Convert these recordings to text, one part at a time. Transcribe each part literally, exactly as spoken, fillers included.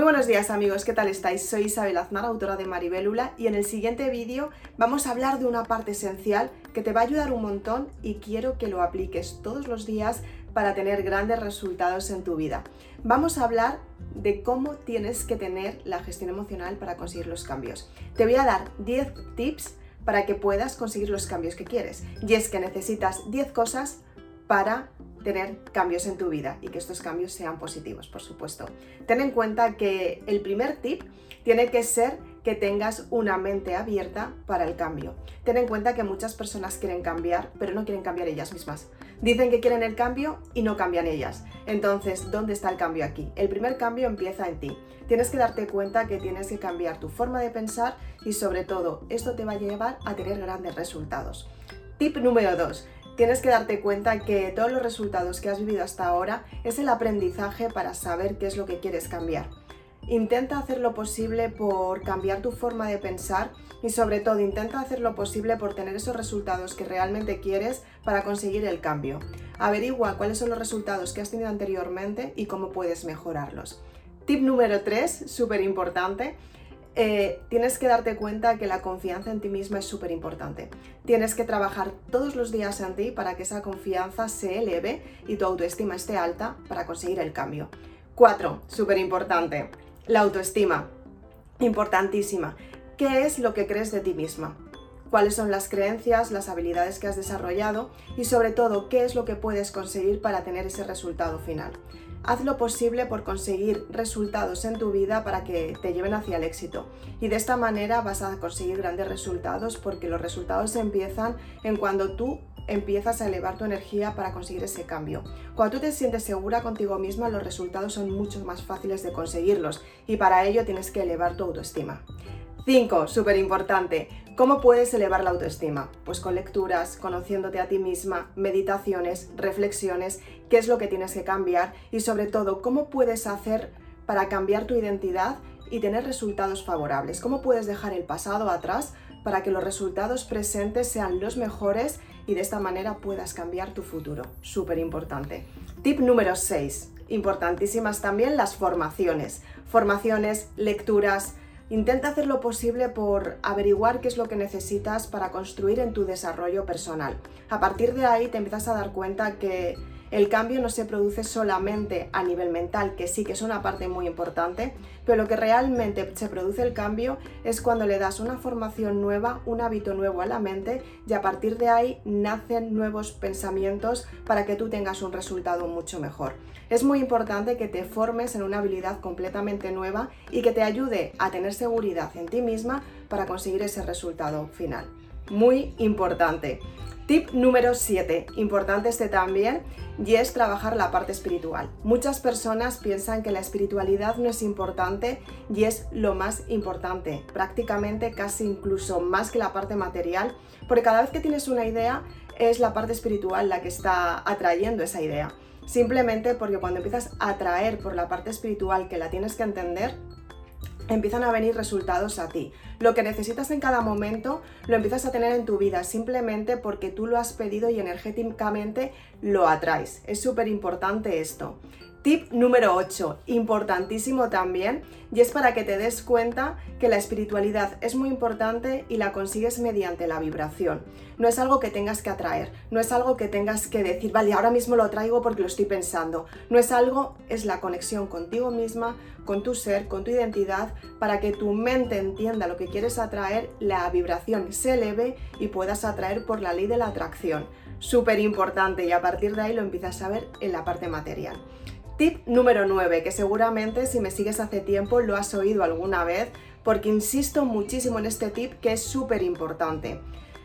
buenos días amigos, ¿qué tal estáis? Soy Isabel Aznar, autora de Maribélula, y en el siguiente vídeo vamos a hablar de una parte esencial que te va a ayudar un montón y quiero que lo apliques todos los días para tener grandes resultados en tu vida. Vamos a hablar de cómo tienes que tener la gestión emocional para conseguir los cambios. Te voy a dar diez tips para que puedas conseguir los cambios que quieres. Y es que necesitas diez cosas para tener cambios en tu vida y que estos cambios sean positivos, por supuesto. Ten en cuenta que el primer tip tiene que ser que tengas una mente abierta para el cambio. Ten en cuenta que muchas personas quieren cambiar, pero no quieren cambiar ellas mismas. Dicen que quieren el cambio y no cambian ellas. Entonces, ¿dónde está el cambio aquí? El primer cambio empieza en ti. Tienes que darte cuenta que tienes que cambiar tu forma de pensar y sobre todo, esto te va a llevar a tener grandes resultados. Tip número dos. Tienes que darte cuenta que todos los resultados que has vivido hasta ahora es el aprendizaje para saber qué es lo que quieres cambiar. Intenta hacer lo posible por cambiar tu forma de pensar y sobre todo intenta hacer lo posible por tener esos resultados que realmente quieres para conseguir el cambio. Averigua cuáles son los resultados que has tenido anteriormente y cómo puedes mejorarlos. Tip número tres, súper importante. Eh, tienes que darte cuenta que la confianza en ti misma es súper importante. Tienes que trabajar todos los días en ti para que esa confianza se eleve y tu autoestima esté alta para conseguir el cambio. cuatro. Súper importante. La autoestima. Importantísima. ¿Qué es lo que crees de ti misma? ¿Cuáles son las creencias, las habilidades que has desarrollado? Y sobre todo, ¿qué es lo que puedes conseguir para tener ese resultado final? Haz lo posible por conseguir resultados en tu vida para que te lleven hacia el éxito. Y de esta manera vas a conseguir grandes resultados porque los resultados empiezan en cuando tú empiezas a elevar tu energía para conseguir ese cambio. Cuando tú te sientes segura contigo misma, los resultados son mucho más fáciles de conseguirlos y para ello tienes que elevar tu autoestima. cinco. Súper importante. ¿Cómo puedes elevar la autoestima? Pues con lecturas, conociéndote a ti misma, meditaciones, reflexiones, qué es lo que tienes que cambiar y sobre todo, cómo puedes hacer para cambiar tu identidad y tener resultados favorables. ¿Cómo puedes dejar el pasado atrás para que los resultados presentes sean los mejores y de esta manera puedas cambiar tu futuro? Súper importante. Tip número seis. Importantísimas también las formaciones. Formaciones, lecturas. Intenta hacer lo posible por averiguar qué es lo que necesitas para construir en tu desarrollo personal. A partir de ahí te empiezas a dar cuenta que el cambio no se produce solamente a nivel mental, que sí que es una parte muy importante, pero lo que realmente se produce el cambio es cuando le das una formación nueva, un hábito nuevo a la mente y a partir de ahí nacen nuevos pensamientos para que tú tengas un resultado mucho mejor. Es muy importante que te formes en una habilidad completamente nueva y que te ayude a tener seguridad en ti misma para conseguir ese resultado final. Muy importante. Tip número siete, importante este también, y es trabajar la parte espiritual. Muchas personas piensan que la espiritualidad no es importante y es lo más importante, prácticamente casi incluso más que la parte material, porque cada vez que tienes una idea es la parte espiritual la que está atrayendo esa idea. Simplemente porque cuando empiezas a atraer por la parte espiritual que la tienes que entender, empiezan a venir resultados a ti. Lo que necesitas en cada momento lo empiezas a tener en tu vida simplemente porque tú lo has pedido y energéticamente lo atraes. Es súper importante esto. Tip número ocho, importantísimo también, y es para que te des cuenta que la espiritualidad es muy importante y la consigues mediante la vibración. No es algo que tengas que atraer, no es algo que tengas que decir, vale, ahora mismo lo traigo porque lo estoy pensando. No es algo, es la conexión contigo misma, con tu ser, con tu identidad, para que tu mente entienda lo que quieres atraer, la vibración se eleve y puedas atraer por la ley de la atracción. Súper importante y a partir de ahí lo empiezas a ver en la parte material. Tip número nueve, que seguramente si me sigues hace tiempo lo has oído alguna vez, porque insisto muchísimo en este tip que es súper importante.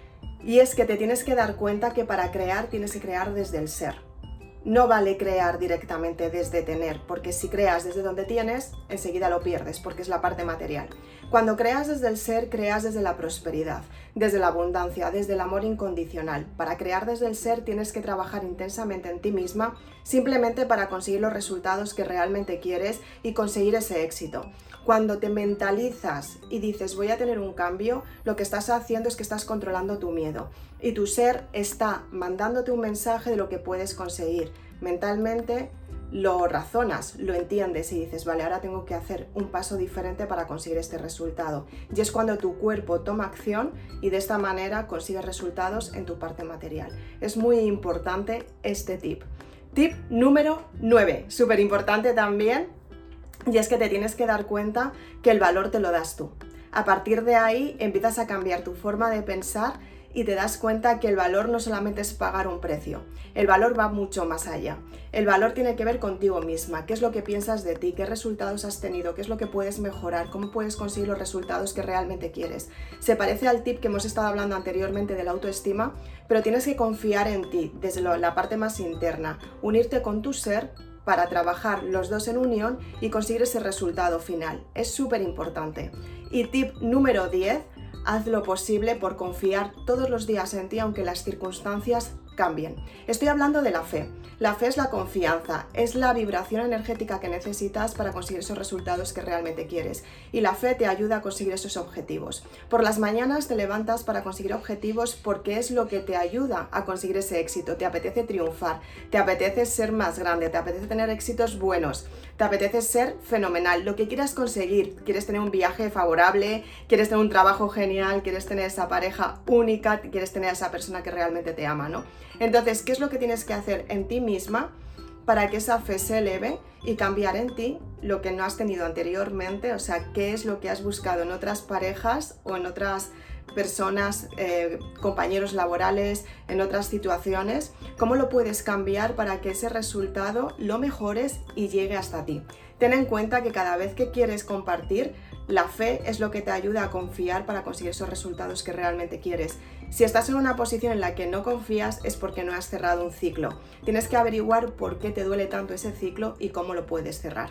Y es que te tienes que dar cuenta que para crear tienes que crear desde el ser. No vale crear directamente desde tener, porque si creas desde donde tienes, enseguida lo pierdes, porque es la parte material. Cuando creas desde el ser, creas desde la prosperidad, desde la abundancia, desde el amor incondicional. Para crear desde el ser tienes que trabajar intensamente en ti misma, simplemente para conseguir los resultados que realmente quieres y conseguir ese éxito. Cuando te mentalizas y dices voy a tener un cambio, lo que estás haciendo es que estás controlando tu miedo y tu ser está mandándote un mensaje de lo que puedes conseguir mentalmente, lo razonas, lo entiendes y dices, vale, ahora tengo que hacer un paso diferente para conseguir este resultado. Y es cuando tu cuerpo toma acción y de esta manera consigues resultados en tu parte material. Es muy importante este tip. Tip número nueve, súper importante también, y es que te tienes que dar cuenta que el valor te lo das tú. A partir de ahí empiezas a cambiar tu forma de pensar y te das cuenta que el valor no solamente es pagar un precio, el valor va mucho más allá. El valor tiene que ver contigo misma, qué es lo que piensas de ti, qué resultados has tenido, qué es lo que puedes mejorar, cómo puedes conseguir los resultados que realmente quieres. Se parece al tip que hemos estado hablando anteriormente de la autoestima, pero tienes que confiar en ti desde la parte más interna, unirte con tu ser para trabajar los dos en unión y conseguir ese resultado final. Es súper importante. Y tip número diez, haz lo posible por confiar todos los días en ti aunque las circunstancias cambien. Estoy hablando de la fe. La fe es la confianza, es la vibración energética que necesitas para conseguir esos resultados que realmente quieres. Y la fe te ayuda a conseguir esos objetivos. Por las mañanas te levantas para conseguir objetivos porque es lo que te ayuda a conseguir ese éxito. Te apetece triunfar, te apetece ser más grande, te apetece tener éxitos buenos, te apetece ser fenomenal. Lo que quieras conseguir, quieres tener un viaje favorable, quieres tener un trabajo genial, quieres tener esa pareja única, quieres tener a esa persona que realmente te ama, ¿no? Entonces, ¿qué es lo que tienes que hacer en ti misma para que esa fe se eleve y cambiar en ti lo que no has tenido anteriormente? O sea, ¿qué es lo que has buscado en otras parejas o en otras personas, eh, compañeros laborales, en otras situaciones? ¿Cómo lo puedes cambiar para que ese resultado lo mejores y llegue hasta ti? Ten en cuenta que cada vez que quieres compartir, la fe es lo que te ayuda a confiar para conseguir esos resultados que realmente quieres. Si estás en una posición en la que no confías es porque no has cerrado un ciclo. Tienes que averiguar por qué te duele tanto ese ciclo y cómo lo puedes cerrar.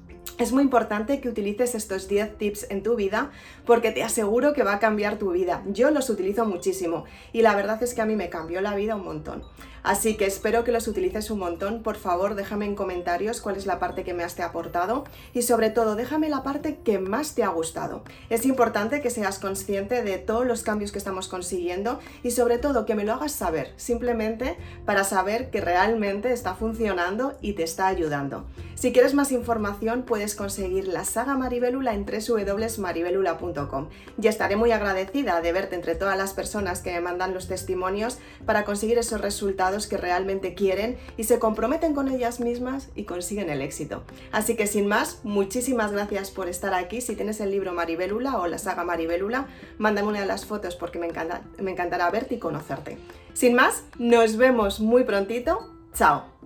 Es muy importante que utilices estos diez tips en tu vida porque te aseguro que va a cambiar tu vida. Yo los utilizo muchísimo y la verdad es que a mí me cambió la vida un montón. Así que espero que los utilices un montón. Por favor, déjame en comentarios cuál es la parte que más te ha aportado y sobre todo déjame la parte que más te ha gustado. Es importante que seas consciente de todos los cambios que estamos consiguiendo y sobre todo que me lo hagas saber, simplemente para saber que realmente está funcionando y te está ayudando. Si quieres más información puedes conseguir la saga Maribélula en doble u doble u doble u punto maribélula punto com y estaré muy agradecida de verte entre todas las personas que me mandan los testimonios para conseguir esos resultados que realmente quieren y se comprometen con ellas mismas y consiguen el éxito. Así que sin más, muchísimas gracias por estar aquí. Si tienes el libro Maribélula o la saga Maribélula, mándame una de las fotos porque me encanta, me encantará verte y conocerte. Sin más, nos vemos muy prontito. Chao.